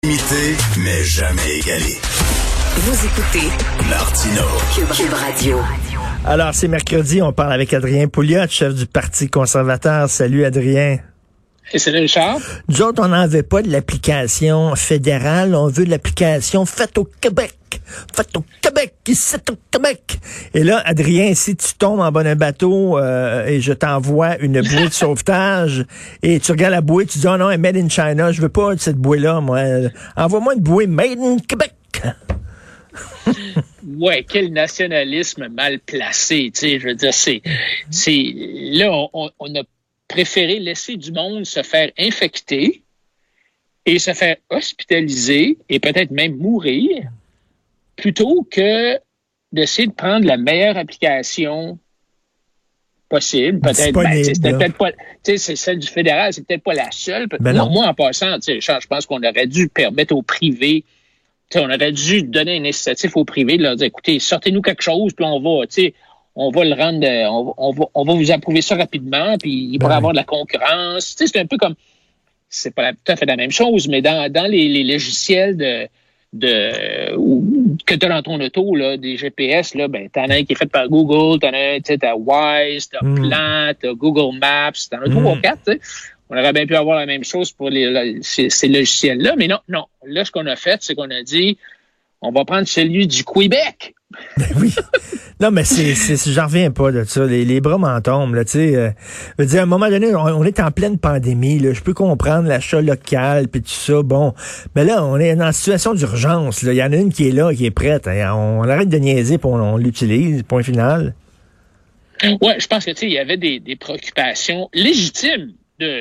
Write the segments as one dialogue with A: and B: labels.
A: Imité, mais jamais égalé.
B: Vous écoutez
A: Martino.
B: Cube Radio.
C: Alors, c'est mercredi, on parle avec Adrien Pouliot, chef du Parti conservateur. Salut, Adrien.
D: Et salut, Richard.
C: Nous autres, on n'en veut pas de l'application fédérale, on veut de l'application faite au Québec. Faite au Québec, ici au Québec. Et là, Adrien, si tu tombes en bas d'un bateau et je t'envoie une bouée de sauvetage et tu regardes la bouée, tu dis « Oh non, elle est made in China, je veux pas de cette bouée-là, moi. Envoie-moi une bouée made in Québec. »
D: Ouais, quel nationalisme mal placé, tu sais, je veux dire, là, on a préféré laisser du monde se faire infecter et se faire hospitaliser et peut-être même mourir plutôt que d'essayer de prendre la meilleure application possible. Peut-être, c'était peut-être pas, tu sais, c'est celle du fédéral, c'est peut-être pas la seule. Moi, en passant, tu sais, je pense qu'on aurait dû permettre au privé. On aurait dû donner un incitatif au privé de leur dire, écoutez, sortez-nous quelque chose, puis on va le rendre, on va vous approuver ça rapidement, puis il pourra avoir de la concurrence. C'est un peu comme, c'est pas tout à fait la même chose, mais dans les logiciels que tu as dans ton auto, là, des GPS, là, ben, t'en as un qui est fait par Google, t'en as un, tu sais, t'as Wise, t'as Plan, t'as Google Maps, t'en as 3 ou 4, tu sais. On aurait bien pu avoir la même chose pour ces logiciels-là, mais non. Là, ce qu'on a fait, c'est qu'on a dit, on va prendre celui du Québec.
C: Ben oui. Non, mais j'en reviens pas de ça. Les bras m'en tombent, là, tu sais. Je veux dire, à un moment donné, on est en pleine pandémie, là. Je peux comprendre l'achat local puis tout ça, bon. Mais là, on est en situation d'urgence, là. Il y en a une qui est là, qui est prête. On arrête de niaiser puis on l'utilise, point final.
D: Ouais, je pense que, tu sais, il y avait des préoccupations légitimes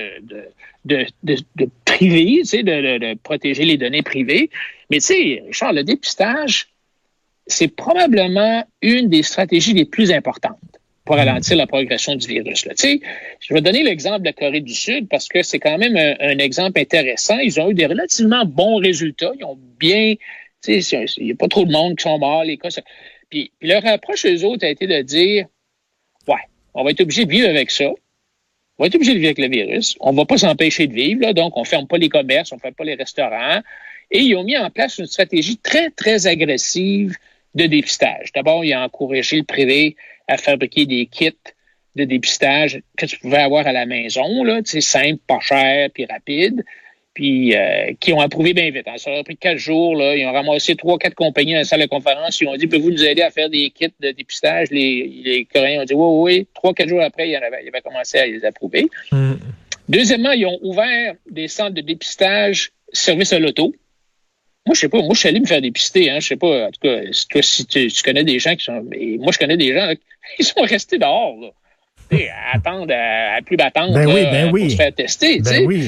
D: de priver, tu sais, de protéger les données privées. Mais tu sais, Richard, le dépistage, c'est probablement une des stratégies les plus importantes pour ralentir la progression du virus. Tu sais, je vais donner l'exemple de la Corée du Sud parce que c'est quand même un exemple intéressant. Ils ont eu des relativement bons résultats. Ils ont bien, tu sais, il n'y a pas trop de monde qui sont morts, les cas. Puis leur approche, eux autres, a été de dire, ouais, on va être obligé de vivre avec ça. On va être obligé de vivre avec le virus. On ne va pas s'empêcher de vivre, là, donc on ne ferme pas les commerces, on ne ferme pas les restaurants. Et ils ont mis en place une stratégie très, très agressive de dépistage. D'abord, ils ont encouragé le privé à fabriquer des kits de dépistage que tu pouvais avoir à la maison, là, tu sais, simple, pas cher, puis rapide, puis qui ont approuvé bien vite. Ça a pris 4 jours, là, ils ont ramassé 3-4 compagnies dans la salle de conférence, ils ont dit, pouvez-vous nous aider à faire des kits de dépistage? Les Coréens ont dit, oui. 3-4 jours après, ils avaient commencé à les approuver. Deuxièmement, ils ont ouvert des centres de dépistage service à l'auto. Moi, je sais pas. Moi, je suis allé me faire dépister. Je sais pas. En tout cas, toi, si tu connais des gens qui sont. Moi, je connais des gens. Là, ils sont restés dehors. Là, à attendre, à plus d'attendre pour se faire tester. Oui.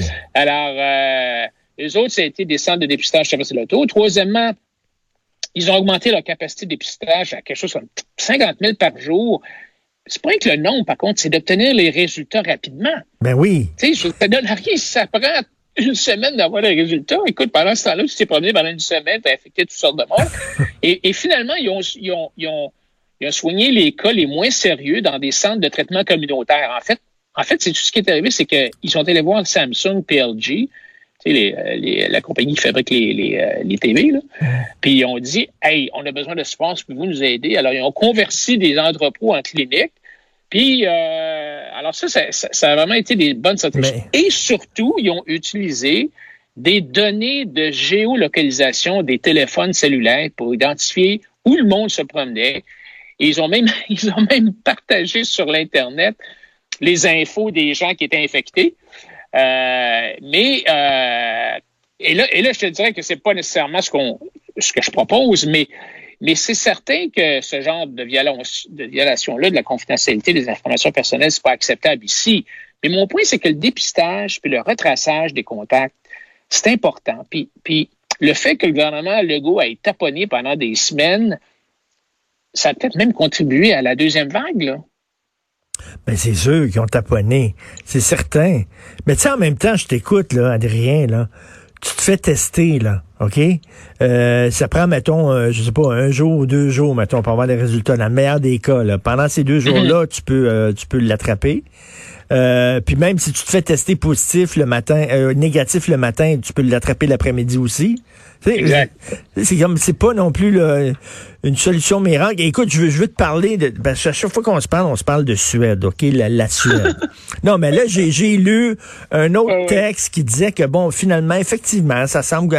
D: Alors, les autres, ça a été des centres de dépistage service à l'auto. Troisièmement, ils ont augmenté leur capacité de dépistage à quelque chose comme 50 000 par jour. C'est pas que le nombre, par contre, c'est d'obtenir les résultats rapidement.
C: Ben oui.
D: Tu sais, ça donne rien si ça prend une semaine d'avoir les résultats. Écoute, pendant ce temps-là, tu t'es promené pendant une semaine, tu as affecté toutes sortes de morts. et finalement, ils ont soigné les cas les moins sérieux dans des centres de traitement communautaire. En fait, c'est tout ce qui est arrivé, c'est qu'ils sont allés voir Samsung PLG, tu sais, la compagnie qui fabrique les TV, là. Puis ils ont dit, hey, on a besoin de support, pouvez-vous nous aider? Alors, ils ont converti des entrepôts en cliniques. Puis, alors ça a vraiment été des bonnes stratégies. Et surtout, ils ont utilisé des données de géolocalisation des téléphones cellulaires pour identifier où le monde se promenait. Et ils ont même partagé sur l'Internet les infos des gens qui étaient infectés. Et là, je te dirais que c'est pas nécessairement ce que je propose, mais c'est certain que ce genre de violation-là de la confidentialité des informations personnelles, c'est pas acceptable ici. Mais mon point, c'est que le dépistage puis le retraçage des contacts, c'est important. Puis le fait que le gouvernement Legault ait taponné pendant des semaines, ça a peut-être même contribué à la deuxième vague, là.
C: Ben, c'est sûr qu'ils ont taponné. C'est certain. Mais tu sais, en même temps, je t'écoute, là, Adrien, là. Tu te fais tester, là. OK? Ça prend, mettons, je sais pas, 1 jour ou 2 jours, mettons, pour avoir les résultats. Dans le meilleur des cas, là. Pendant ces 2 jours-là, tu peux l'attraper. Puis même si tu te fais tester positif le matin, négatif le matin, tu peux l'attraper l'après-midi aussi.
D: Exact.
C: C'est pas non plus là, une solution miracle. Et écoute, je veux te parler de, parce qu'à chaque fois qu'on on se parle de Suède, OK, la Suède. Non, mais là j'ai lu un autre texte qui disait que bon, finalement, effectivement, ça semble,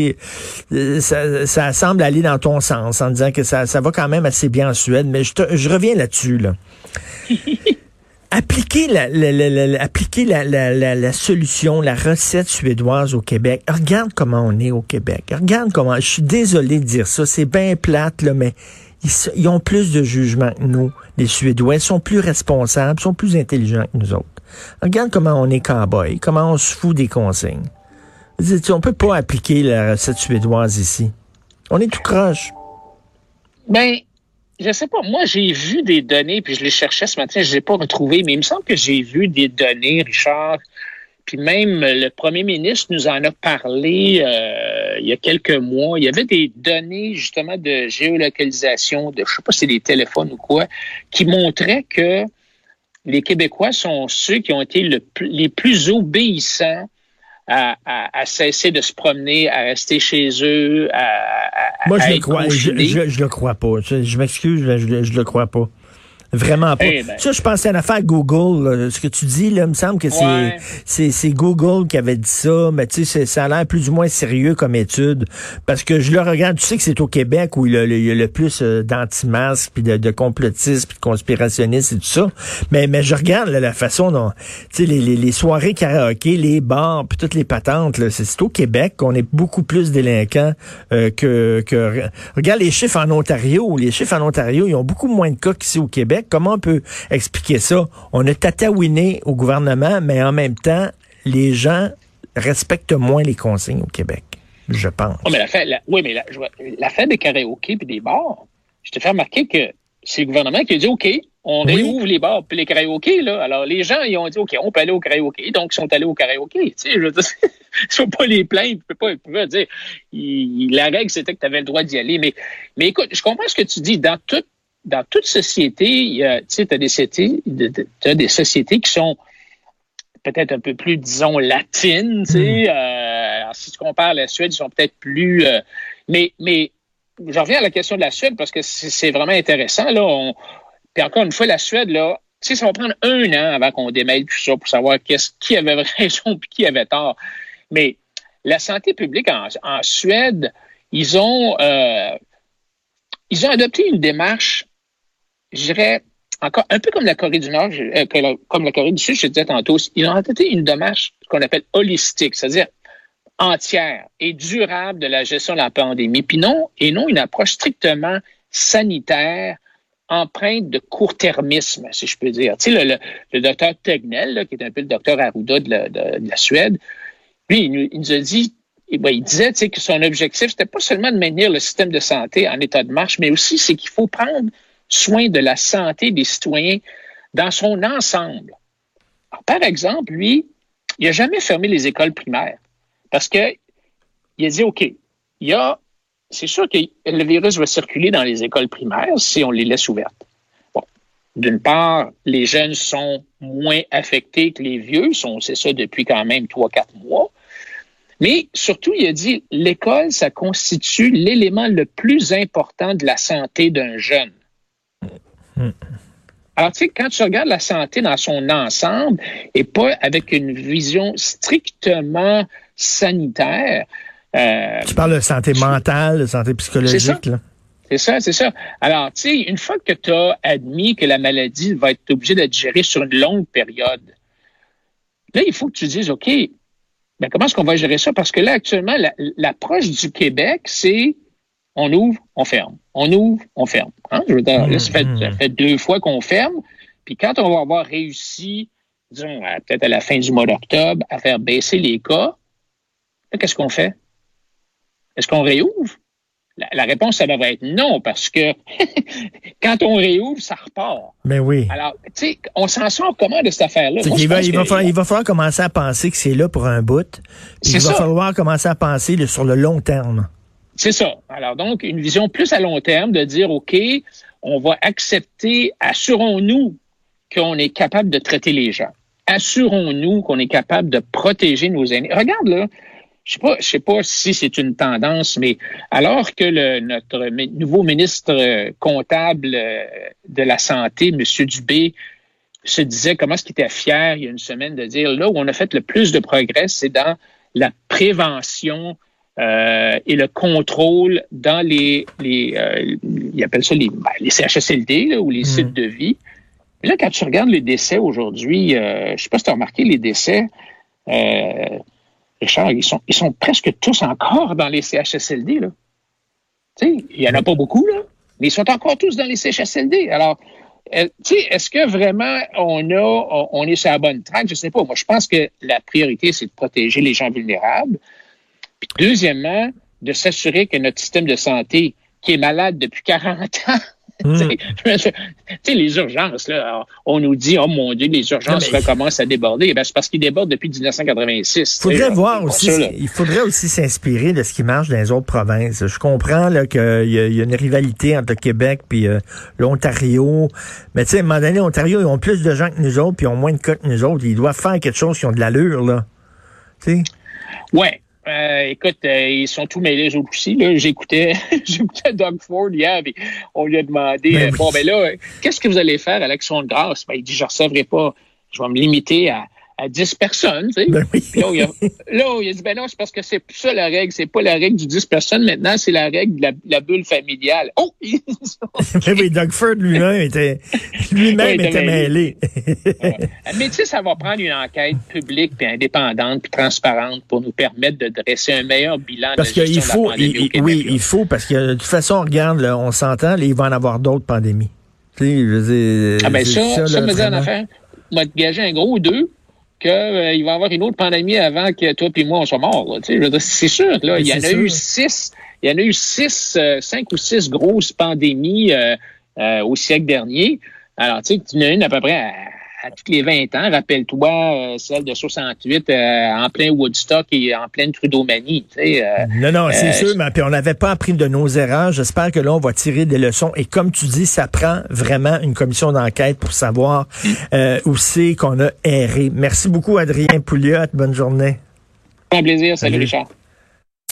C: ça semble aller dans ton sens en disant que ça va quand même assez bien en Suède. Mais je reviens là-dessus là. Appliquer la solution, la recette suédoise au Québec. Regarde comment on est au Québec. Regarde comment, je suis désolé de dire ça, c'est bien plate, là, mais ils ont plus de jugement que nous, les Suédois. Ils sont plus responsables, sont plus intelligents que nous autres. Regarde comment on est cow-boy, comment on se fout des consignes. On peut pas appliquer la recette suédoise ici. On est tout croche.
D: Ben, je sais pas. Moi, j'ai vu des données, puis je les cherchais ce matin, je les ai pas retrouvées, mais il me semble que j'ai vu des données, Richard, puis même le premier ministre nous en a parlé il y a quelques mois. Il y avait des données, justement, de géolocalisation, je sais pas si c'est des téléphones ou quoi, qui montraient que les Québécois sont ceux qui ont été les plus obéissants à cesser de se promener, à rester chez eux,
C: Moi, je
D: à
C: le
D: être
C: crois. Je le crois pas. Je m'excuse, je le crois pas. Vraiment pas. Ça, je pensais à l'affaire Google. Là. Ce que tu dis, là, il me semble que c'est Google qui avait dit ça, mais tu sais, ça a l'air plus ou moins sérieux comme étude. Parce que je le regarde, tu sais que c'est au Québec où il y a le plus d'anti-masques, puis de complotistes, puis de conspirationnistes et tout ça. Mais je regarde là, la façon dont, tu sais, les soirées karaoké, les bars, puis toutes les patentes, là, c'est au Québec qu'on est beaucoup plus délinquants que... Regarde les chiffres en Ontario. Les chiffres en Ontario, ils ont beaucoup moins de cas qu'ici au Québec. Comment on peut expliquer ça? On a tataouiné au gouvernement, mais en même temps, les gens respectent moins les consignes au Québec, je pense.
D: Oh, mais l'affaire des karaokés et des bars, je te fais remarquer que c'est le gouvernement qui a dit, OK, on réouvre les bars puis les karaokés, là. Alors, les gens, ils ont dit, OK, on peut aller au karaoké. Donc, ils sont allés au karaoké. Tu sais, je veux dire, il ne faut pas les plaindre. Ils pouvaient dire, la règle, c'était que tu avais le droit d'y aller. Mais écoute, je comprends ce que tu dis. Dans toute société, tu as des sociétés qui sont peut-être un peu plus, disons, latines. Alors, si tu compares la Suède, ils sont peut-être plus... mais je reviens à la question de la Suède parce que c'est vraiment intéressant. Là, puis encore une fois, la Suède, là, tu sais, ça va prendre 1 an avant qu'on démêle tout ça pour savoir qui avait raison et qui avait tort. Mais la santé publique en Suède, ils ont adopté une démarche, je dirais, encore un peu comme la Corée du Nord, comme la Corée du Sud, je te disais tantôt, ils ont adopté une démarche qu'on appelle holistique, c'est-à-dire entière et durable de la gestion de la pandémie, puis non une approche strictement sanitaire, empreinte de court-termisme, si je peux dire. Tu sais, le docteur Tegnell, là, qui est un peu le docteur Arruda de la Suède, lui, il nous a dit, il disait que son objectif, c'était pas seulement de maintenir le système de santé en état de marche, mais aussi c'est qu'il faut prendre soin de la santé des citoyens dans son ensemble. Alors, par exemple, lui, il n'a jamais fermé les écoles primaires parce que il a dit, OK, c'est sûr que le virus va circuler dans les écoles primaires si on les laisse ouvertes. Bon, d'une part, les jeunes sont moins affectés que les vieux, c'est ça depuis quand même 3-4 mois. Mais surtout, il a dit, l'école, ça constitue l'élément le plus important de la santé d'un jeune. Alors, tu sais, quand tu regardes la santé dans son ensemble et pas avec une vision strictement sanitaire.
C: Tu parles de santé mentale, de santé psychologique, là.
D: C'est ça. Alors, tu sais, une fois que tu as admis que la maladie va être obligée d'être gérée sur une longue période, là, il faut que tu dises, OK, ben comment est-ce qu'on va gérer ça? Parce que là, actuellement, l'approche du Québec, c'est on ouvre, on ferme. On ouvre, on ferme. Hein? Je veux dire, là, ça fait 2 fois qu'on ferme. Puis quand on va avoir réussi, disons, peut-être à la fin du mois d'octobre, à faire baisser les cas, là, qu'est-ce qu'on fait? Est-ce qu'on réouvre? La réponse, ça devrait être non, parce que quand on réouvre, ça repart.
C: Mais oui.
D: Alors, tu sais, on s'en sort comment de cette affaire-là?
C: Il va falloir commencer à penser que c'est là pour un bout. Il va falloir commencer à penser sur le long terme.
D: C'est ça. Alors donc, une vision plus à long terme de dire, OK, on va accepter, assurons-nous qu'on est capable de traiter les gens. Assurons-nous qu'on est capable de protéger nos aînés. Regarde là, je sais pas si c'est une tendance, mais alors que notre nouveau ministre comptable de la Santé, M. Dubé, se disait comment est-ce qu'il était fier il y a une semaine de dire là où on a fait le plus de progrès, c'est dans la prévention et le contrôle dans ils appellent ça les CHSLD là, ou les sites de vie. Et là, quand tu regardes les décès aujourd'hui, je sais pas si tu as remarqué les décès, Richard, ils sont presque tous encore dans les CHSLD, là. Tu sais, il y en a pas beaucoup, là, mais ils sont encore tous dans les CHSLD. Alors, tu sais, est-ce que vraiment on est sur la bonne track? Je sais pas. Moi, je pense que la priorité, c'est de protéger les gens vulnérables. Puis, deuxièmement, de s'assurer que notre système de santé, qui est malade depuis 40 ans, tu sais, les urgences, là, on nous dit, oh mon Dieu, les urgences recommencent à déborder. Ben, c'est parce qu'ils débordent depuis 1986.
C: Il faudrait aussi s'inspirer de ce qui marche dans les autres provinces. Je comprends là, qu'il y a une rivalité entre le Québec et l'Ontario. Mais tu sais, à un moment donné, l'Ontario, ils ont plus de gens que nous autres, puis ils ont moins de cas que nous autres. Ils doivent faire quelque chose qui ont de l'allure, là. Tu sais?
D: Ouais. Écoute, ils sont tous mêlés les autres aussi. Là. J'écoutais Doug Ford hier, et on lui a demandé qu'est-ce que vous allez faire à l'Action de grâce? Ben, il dit, je ne recevrai pas, je vais me limiter à 10 personnes. Tu sais.
C: Ben oui.
D: Là, il a dit, ben non, c'est parce que c'est ça la règle, c'est pas la règle du 10 personnes, maintenant, c'est la règle de la bulle familiale. Oh!
C: Mais oui, Doug Ford lui-même était mêlé.
D: Ouais. Mais tu sais, ça va prendre une enquête publique, puis indépendante, puis transparente pour nous permettre de dresser un meilleur bilan
C: parce
D: de la gestion de la pandémie au Québec.
C: Oui, il faut, parce que de toute façon, regarde, là, on s'entend, là, il va en avoir d'autres pandémies. Tu sais, je veux dire,
D: ça me dit en affaire, on va te gager un gros 2. qu'il va y avoir une autre pandémie avant que toi et moi on soit morts. Tu sais, c'est sûr. Là, il y en a eu 5 ou 6 grosses pandémies au siècle dernier. Alors, tu sais, tu en as une à peu près à tous les 20 ans. Rappelle-toi celle de 68 en plein Woodstock et en pleine Trudeau-manie. Tu sais,
C: non, c'est sûr, mais puis on n'avait pas appris de nos erreurs. J'espère que là, on va tirer des leçons. Et comme tu dis, ça prend vraiment une commission d'enquête pour savoir où c'est qu'on a erré. Merci beaucoup, Adrien Pouliot. Bonne journée.
D: Un plaisir. Salut. Richard.